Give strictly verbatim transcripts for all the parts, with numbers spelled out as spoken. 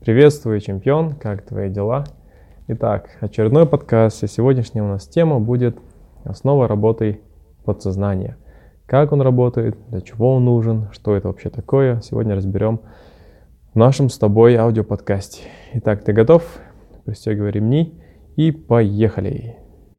Приветствую, чемпион, как твои дела? Итак, очередной подкаст, и сегодняшняя у нас тема будет «Основа работы подсознания». Как он работает, для чего он нужен, что это вообще такое, сегодня разберем в нашем с тобой аудиоподкасте. Итак, ты готов? Пристегивай ремни и поехали!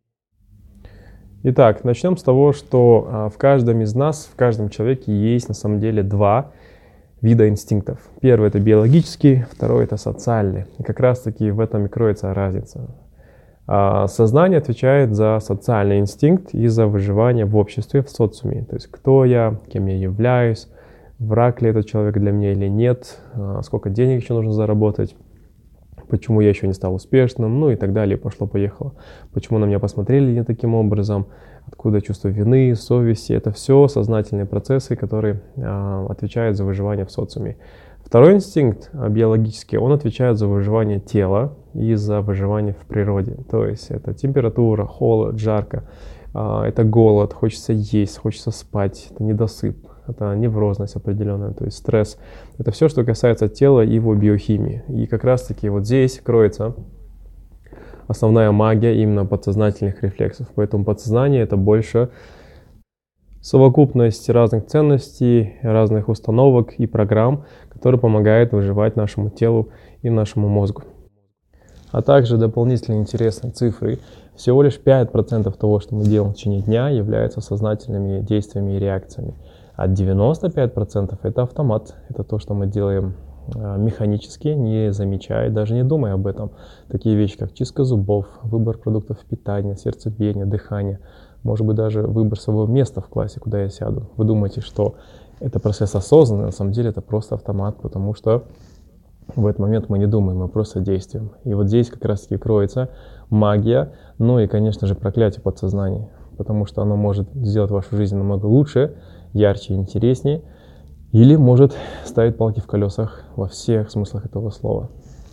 Итак, начнем с того, что в каждом из нас, в каждом человеке есть на самом деле два вида инстинктов. Первый — это биологический, второй — это социальный. И как раз таки в этом и кроется разница. Сознание отвечает за социальный инстинкт и за выживание в обществе, в социуме. То есть кто я, кем я являюсь, враг ли этот человек для меня или нет, сколько денег еще нужно заработать, почему я еще не стал успешным, ну и так далее, пошло-поехало. Почему на меня посмотрели не таким образом, откуда чувство вины, совести. Это все сознательные процессы, которые а, отвечают за выживание в социуме. Второй инстинкт, а, биологический, он отвечает за выживание тела и за выживание в природе. То есть это температура, холод, жарко, а, это голод, хочется есть, хочется спать, это недосып. Это неврозность определенная, то есть стресс. Это все, что касается тела и его биохимии. И как раз-таки вот здесь кроется основная магия именно подсознательных рефлексов. Поэтому подсознание — это больше совокупность разных ценностей, разных установок и программ, которые помогают выживать нашему телу и нашему мозгу. А также дополнительно интересные цифры. Всего лишь пять процентов того, что мы делаем в течение дня, являются сознательными действиями и реакциями. А девяносто пять процентов это автомат. Это то, что мы делаем механически, не замечая, даже не думая об этом. Такие вещи, как чистка зубов, выбор продуктов питания, сердцебиение, дыхание, может быть, даже выбор своего места в классе, куда я сяду. Вы думаете, что это процесс осознанный, на самом деле это просто автомат, потому что в этот момент мы не думаем, мы просто действуем. И вот здесь как раз-таки кроется магия, ну и, конечно же, проклятие подсознания, потому что оно может сделать вашу жизнь намного лучше, ярче и интереснее, или может ставить палки в колесах во всех смыслах этого слова.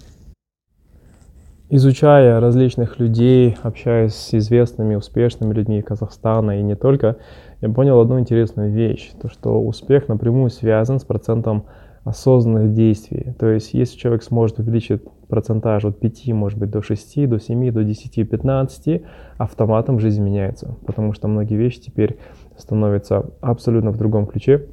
Изучая различных людей, общаясь с известными, успешными людьми Казахстана и не только, я понял одну интересную вещь, то что успех напрямую связан с процентом осознанных действий. То есть если человек сможет увеличить процентаж от пяти, может быть, до шести, до семи, до десяти, пятнадцати, автоматом жизнь меняется, потому что многие вещи теперь становятся абсолютно в другом ключе,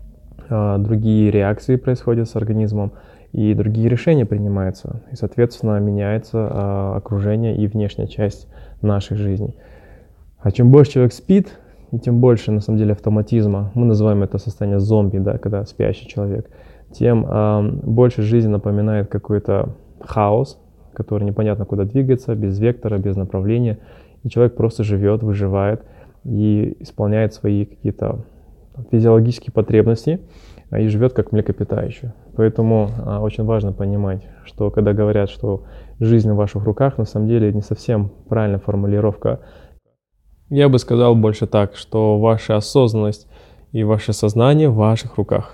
другие реакции происходят с организмом, и другие решения принимаются, и, соответственно, меняется окружение и внешняя часть нашей жизни. А чем больше человек спит, и тем больше, на самом деле, автоматизма, мы называем это состояние зомби, да, когда спящий человек, тем э, больше жизнь напоминает какой-то хаос, который непонятно куда двигается, без вектора, без направления, и человек просто живет, выживает и исполняет свои какие-то физиологические потребности и живет как млекопитающий. Поэтому а, очень важно понимать, что когда говорят, что жизнь в ваших руках, на самом деле не совсем правильная формулировка. Я бы сказал больше так, что ваша осознанность и ваше сознание в ваших руках.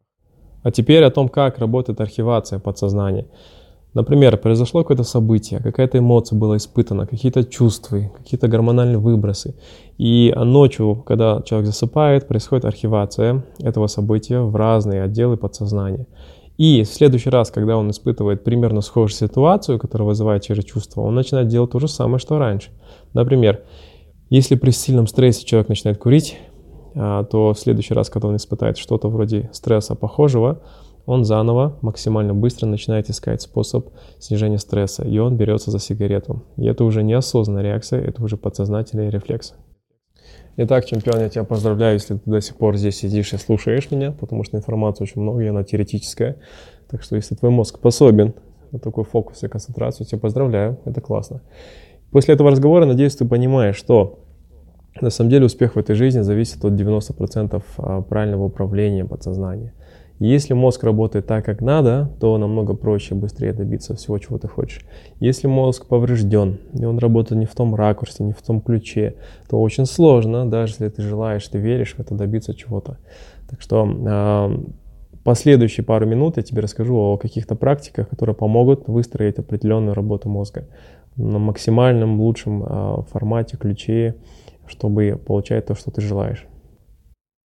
А теперь о том, как работает архивация подсознания. Например, произошло какое-то событие, какая-то эмоция была испытана, какие-то чувства, какие-то гормональные выбросы. И ночью, когда человек засыпает, происходит архивация этого события в разные отделы подсознания. И в следующий раз, когда он испытывает примерно схожую ситуацию, которая вызывает те же чувства, он начинает делать то же самое, что раньше. Например, если при сильном стрессе человек начинает курить, то в следующий раз, когда он испытает что-то вроде стресса похожего, он заново, максимально быстро начинает искать способ снижения стресса, и он берется за сигарету. И это уже неосознанная реакция, это уже подсознательный рефлекс. Итак, чемпион, я тебя поздравляю, если ты до сих пор здесь сидишь и слушаешь меня, потому что информации очень много, и она теоретическая. Так что если твой мозг способен на такой фокус и концентрацию, тебя поздравляю, это классно. После этого разговора, надеюсь, ты понимаешь, что на самом деле успех в этой жизни зависит от девяноста процентов правильного управления подсознанием. Если мозг работает так, как надо, то намного проще, быстрее добиться всего, чего ты хочешь. Если мозг поврежден, и он работает не в том ракурсе, не в том ключе, то очень сложно, даже если ты желаешь, ты веришь в это, добиться чего-то. Так что э, последующие пару минут я тебе расскажу о каких-то практиках, которые помогут выстроить определенную работу мозга на максимальном лучшем э, формате, ключе, чтобы получать то, что ты желаешь.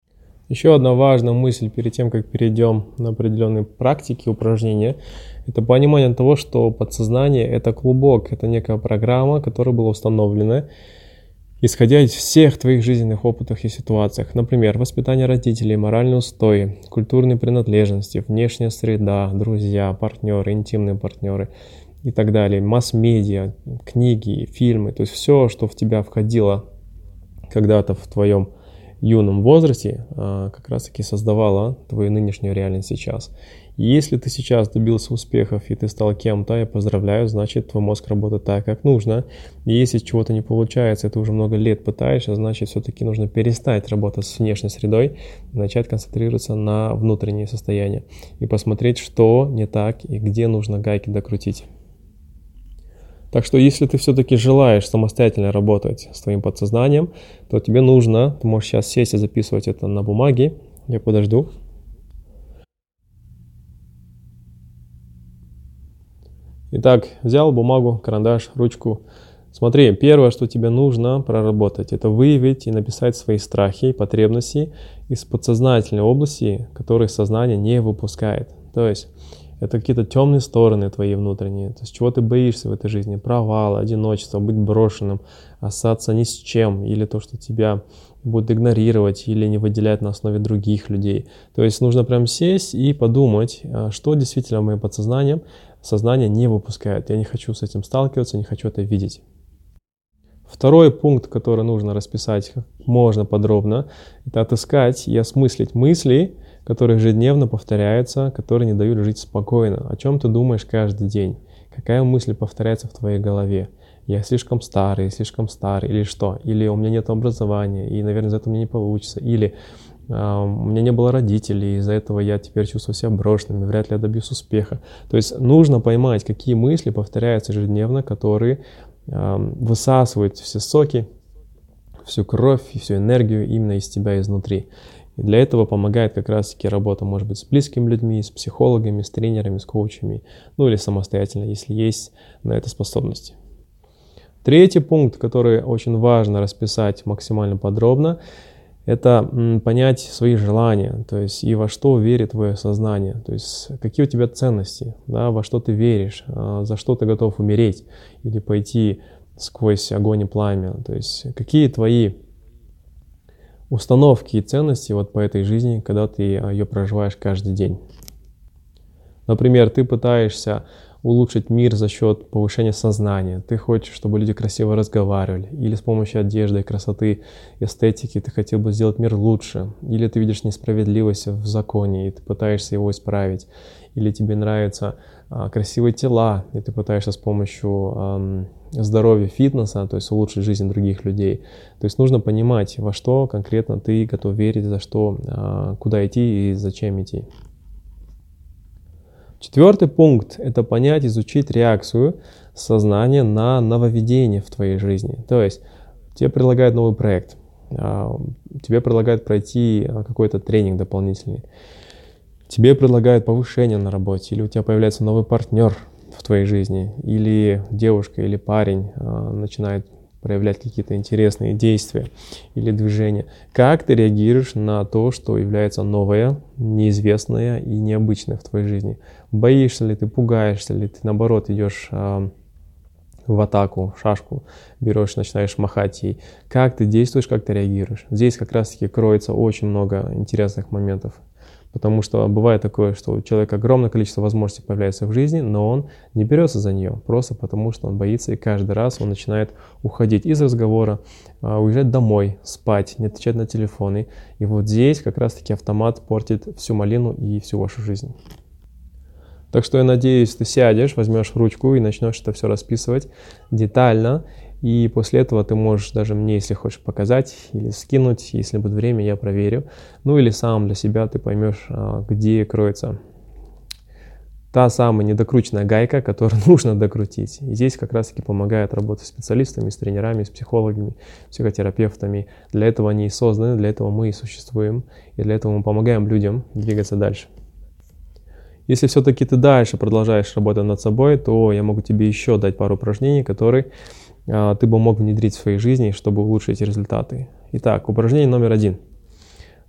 Еще одна важная мысль перед тем, как перейдем на определенные практики, упражнения, это понимание того, что подсознание – это клубок, это некая программа, которая была установлена, исходя из всех твоих жизненных опытов и ситуациях. Например, воспитание родителей, моральные устои, культурные принадлежности, внешняя среда, друзья, партнеры, интимные партнеры и так далее, масс-медиа, книги, фильмы, то есть все, что в тебя входило когда-то в твоем юном возрасте, как раз таки создавала твою нынешнюю реальность сейчас. И если ты сейчас добился успехов и ты стал кем-то, я поздравляю, значит твой мозг работает так, как нужно. И если чего-то не получается, ты уже много лет пытаешься, значит все-таки нужно перестать работать с внешней средой и начать концентрироваться на внутреннее состояние и посмотреть, что не так и где нужно гайки докрутить. Так что если ты все-таки желаешь самостоятельно работать с твоим подсознанием, то тебе нужно, ты можешь сейчас сесть и записывать это на бумаге, я подожду. Итак, взял бумагу, карандаш, ручку. Смотри, первое, что тебе нужно проработать, это выявить и написать свои страхи и потребности из подсознательной области, которые сознание не выпускает. То есть это какие-то темные стороны твои внутренние, то есть чего ты боишься в этой жизни, провала, одиночества, быть брошенным, остаться ни с чем, или то, что тебя будут игнорировать или не выделять на основе других людей. То есть нужно прям сесть и подумать, что действительно моим подсознанием сознание не выпускает. Я не хочу с этим сталкиваться, не хочу это видеть. Второй пункт, который нужно расписать как можно подробно, это отыскать и осмыслить мысли, которые ежедневно повторяются, которые не дают жить спокойно. О чем ты думаешь каждый день? Какая мысль повторяется в твоей голове? Я слишком старый, слишком старый, или что? Или у меня нет образования, и, наверное, из-за этого мне не получится. Или э, у меня не было родителей, из-за этого я теперь чувствую себя брошенным, и вряд ли я добьюсь успеха. То есть нужно поймать, какие мысли повторяются ежедневно, которые э, высасывают все соки, всю кровь и всю энергию именно из тебя изнутри. И для этого помогает как раз-таки работа, может быть, с близкими людьми, с психологами, с тренерами, с коучами, ну или самостоятельно, если есть на это способности. Третий пункт, который очень важно расписать максимально подробно, это понять свои желания, то есть и во что верит твое сознание, то есть какие у тебя ценности, да, во что ты веришь, за что ты готов умереть или пойти сквозь огонь и пламя, то есть какие твои установки и ценности вот по этой жизни, когда ты ее проживаешь каждый день. Например, ты пытаешься улучшить мир за счет повышения сознания, ты хочешь, чтобы люди красиво разговаривали, или с помощью одежды, красоты, эстетики ты хотел бы сделать мир лучше, или ты видишь несправедливость в законе, и ты пытаешься его исправить, или тебе нравятся а, красивые тела, и ты пытаешься с помощью а, здоровья, фитнеса, то есть улучшить жизнь других людей. То есть нужно понимать, во что конкретно ты готов верить, за что, а, куда идти и зачем идти. Четвертый пункт – это понять, изучить реакцию сознания на нововведение в твоей жизни. То есть тебе предлагают новый проект, тебе предлагают пройти какой-то тренинг дополнительный, тебе предлагают повышение на работе, или у тебя появляется новый партнер в твоей жизни, или девушка, или парень начинает проявлять какие-то интересные действия или движения. Как ты реагируешь на то, что является новое, неизвестное и необычное в твоей жизни? Боишься ли ты, пугаешься ли ты, наоборот, идешь э, в атаку, в шашку, берешь, начинаешь махать ей? Как ты действуешь, как ты реагируешь? Здесь как раз-таки кроется очень много интересных моментов. Потому что бывает такое, что у человека огромное количество возможностей появляется в жизни, но он не берется за нее, просто потому что он боится, и каждый раз он начинает уходить из разговора, уезжать домой, спать, не отвечать на телефоны. И вот здесь как раз-таки автомат портит всю малину и всю вашу жизнь. Так что я надеюсь, ты сядешь, возьмешь ручку и начнешь это все расписывать детально. И после этого ты можешь даже мне, если хочешь, показать или скинуть, если будет время, я проверю. Ну или сам для себя ты поймешь, где кроется та самая недокрученная гайка, которую нужно докрутить. И здесь как раз-таки помогает работа с специалистами, с тренерами, с психологами, психотерапевтами. Для этого они и созданы, для этого мы и существуем. И для этого мы помогаем людям двигаться дальше. Если все-таки ты дальше продолжаешь работать над собой, то я могу тебе еще дать пару упражнений, которые ты бы мог внедрить в своей жизни, чтобы улучшить результаты. Итак, упражнение номер один. В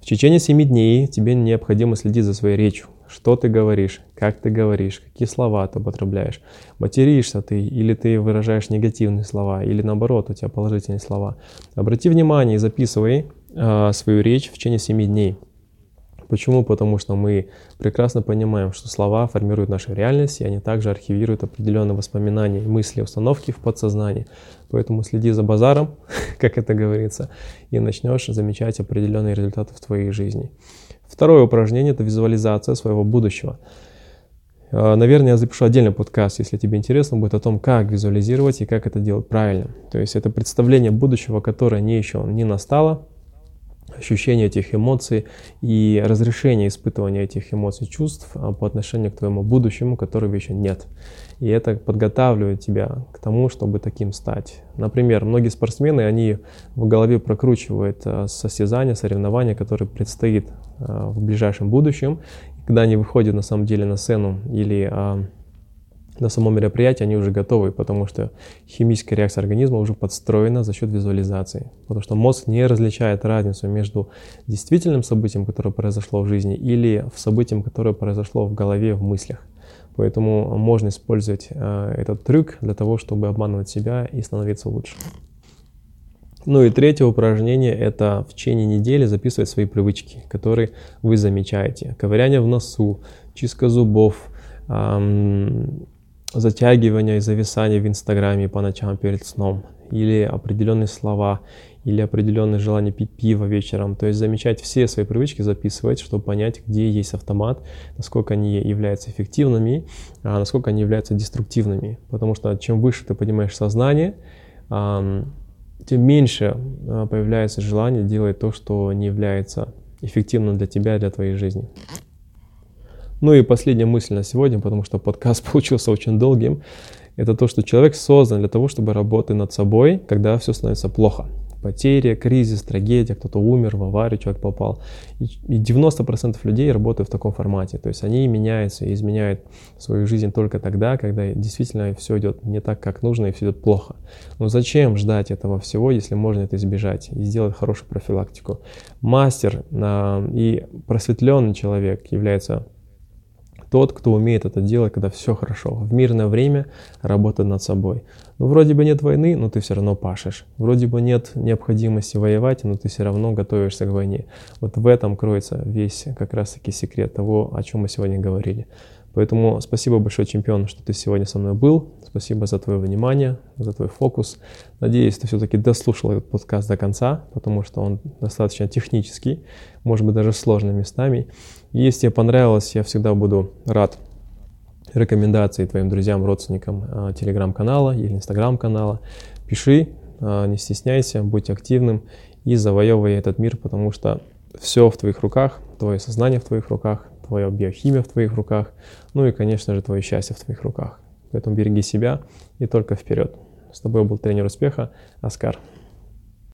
течение семи дней тебе необходимо следить за своей речью. Что ты говоришь, как ты говоришь, какие слова ты употребляешь. Материшься ты или ты выражаешь негативные слова, или наоборот, у тебя положительные слова. Обрати внимание и записывай э, свою речь в течение семи дней. Почему? Потому что мы прекрасно понимаем, что слова формируют нашу реальность, и они также архивируют определенные воспоминания, мысли, установки в подсознании. Поэтому следи за базаром, как это говорится, и начнешь замечать определенные результаты в твоей жизни. Второе упражнение – это визуализация своего будущего. Наверное, я запишу отдельный подкаст, если тебе интересно будет, о том, как визуализировать и как это делать правильно. То есть это представление будущего, которое не еще не настало, ощущение этих эмоций и разрешение испытывания этих эмоций, чувств по отношению к твоему будущему, которого еще нет. И это подготавливает тебя к тому, чтобы таким стать. Например, многие спортсмены, они в голове прокручивают состязания, соревнования, которые предстоит в ближайшем будущем. Когда они выходят на самом деле на сцену или на само мероприятие, они уже готовы, потому что химическая реакция организма уже подстроена за счет визуализации. Потому что мозг не различает разницу между действительным событием, которое произошло в жизни, или событием, которое произошло в голове, в мыслях. Поэтому можно использовать э, этот трюк для того, чтобы обманывать себя и становиться лучше. Ну и третье упражнение – это в течение недели записывать свои привычки, которые вы замечаете. Ковыряние в носу, чистка зубов, эм, затягивание и зависание в Инстаграме по ночам перед сном, или определенные слова, или определенное желание пить пиво вечером. То есть замечать все свои привычки, записывать, чтобы понять, где есть автомат, насколько они являются эффективными, а насколько они являются деструктивными. Потому что чем выше ты поднимаешь сознание, тем меньше появляется желание делать то, что не является эффективным для тебя и для твоей жизни. Ну и последняя мысль на сегодня, потому что подкаст получился очень долгим, это то, что человек создан для того, чтобы работать над собой, когда все становится плохо. Потеря, кризис, трагедия, кто-то умер, в аварию человек попал. И девяносто процентов людей работают в таком формате. То есть они меняются и изменяют свою жизнь только тогда, когда действительно все идет не так, как нужно, и все идет плохо. Но зачем ждать этого всего, если можно это избежать и сделать хорошую профилактику? Мастер э, и просветленный человек является тот, кто умеет это делать, когда все хорошо. В мирное время работать над собой. Ну, вроде бы нет войны, но ты все равно пашешь. Вроде бы нет необходимости воевать, но ты все равно готовишься к войне. Вот в этом кроется весь как раз-таки секрет того, о чем мы сегодня говорили. Поэтому спасибо большое, чемпион, что ты сегодня со мной был. Спасибо за твое внимание, за твой фокус. Надеюсь, ты все-таки дослушал этот подкаст до конца, потому что он достаточно технический, может быть, даже сложный местами. И если тебе понравилось, я всегда буду рад рекомендации твоим друзьям, родственникам телеграм-канала или инстаграм-канала. Пиши, не стесняйся, будь активным и завоевывай этот мир, потому что все в твоих руках, твое сознание в твоих руках, твоя биохимия в твоих руках, ну и, конечно же, твое счастье в твоих руках. Поэтому береги себя и только вперед. С тобой был тренер успеха Оскар.